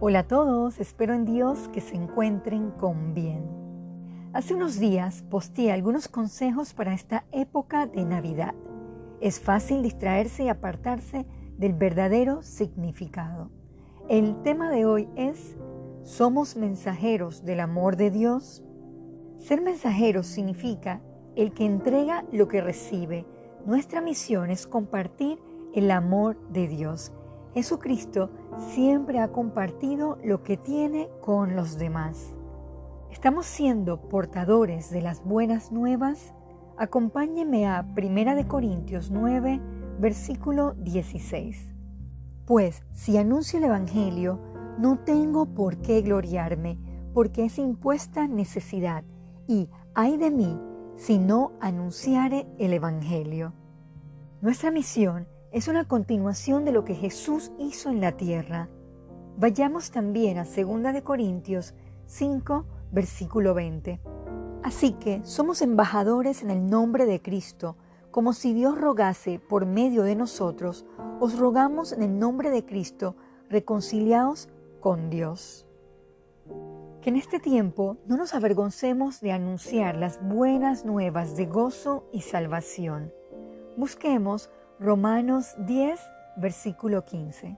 Hola a todos, espero en Dios que se encuentren con bien. Hace unos días posteé algunos consejos para esta época de Navidad. Es fácil distraerse y apartarse del verdadero significado. El tema de hoy es: ¿somos mensajeros del amor de Dios? Ser mensajeros significa el que entrega lo que recibe. Nuestra misión es compartir el amor de Dios. Jesucristo siempre ha compartido lo que tiene con los demás. ¿Estamos siendo portadores de las buenas nuevas? Acompáñeme a 1 Corintios 9, versículo 16. Pues si anuncio el Evangelio, no tengo por qué gloriarme, porque es impuesta necesidad, y ay de mí si no anunciare el Evangelio. Nuestra misión es una continuación de lo que Jesús hizo en la tierra. Vayamos también a 2 Corintios 5, versículo 20. Así que somos embajadores en el nombre de Cristo, como si Dios rogase por medio de nosotros. Os rogamos en el nombre de Cristo, reconciliaos con Dios. Que en este tiempo no nos avergoncemos de anunciar las buenas nuevas de gozo y salvación. Busquemos Romanos 10, versículo 15.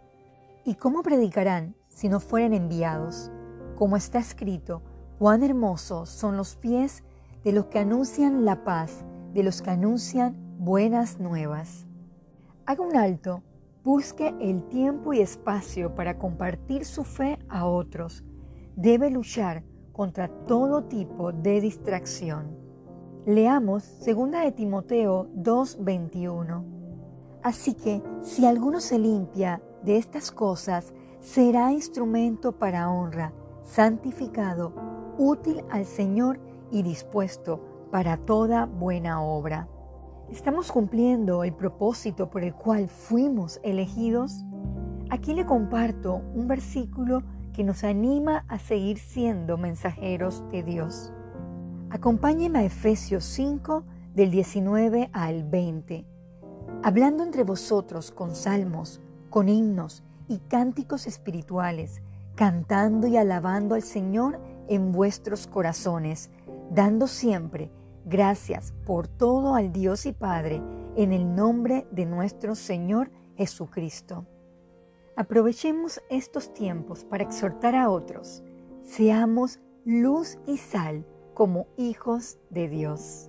¿Y cómo predicarán si no fueren enviados? Como está escrito: cuán hermosos son los pies de los que anuncian la paz, de los que anuncian buenas nuevas. Haga un alto, busque el tiempo y espacio para compartir su fe a otros. Debe luchar contra todo tipo de distracción. Leamos 2 de Timoteo 2:21. Así que si alguno se limpia de estas cosas, será instrumento para honra, santificado, útil al Señor y dispuesto para toda buena obra. ¿Estamos cumpliendo el propósito por el cual fuimos elegidos? Aquí le comparto un versículo que nos anima a seguir siendo mensajeros de Dios. Acompáñenme a Efesios 5, del 19 al 20. Hablando entre vosotros con salmos, con himnos y cánticos espirituales, cantando y alabando al Señor en vuestros corazones, dando siempre gracias por todo al Dios y Padre, en el nombre de nuestro Señor Jesucristo. Aprovechemos estos tiempos para exhortar a otros. Seamos luz y sal como hijos de Dios.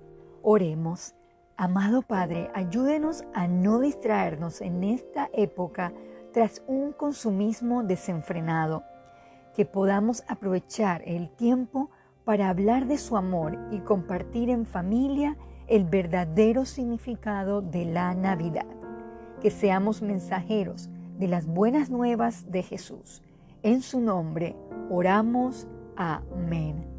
Oremos. Amado Padre, ayúdenos a no distraernos en esta época tras un consumismo desenfrenado, que podamos aprovechar el tiempo para hablar de su amor y compartir en familia el verdadero significado de la Navidad. Que seamos mensajeros de las buenas nuevas de Jesús. En su nombre oramos. Amén.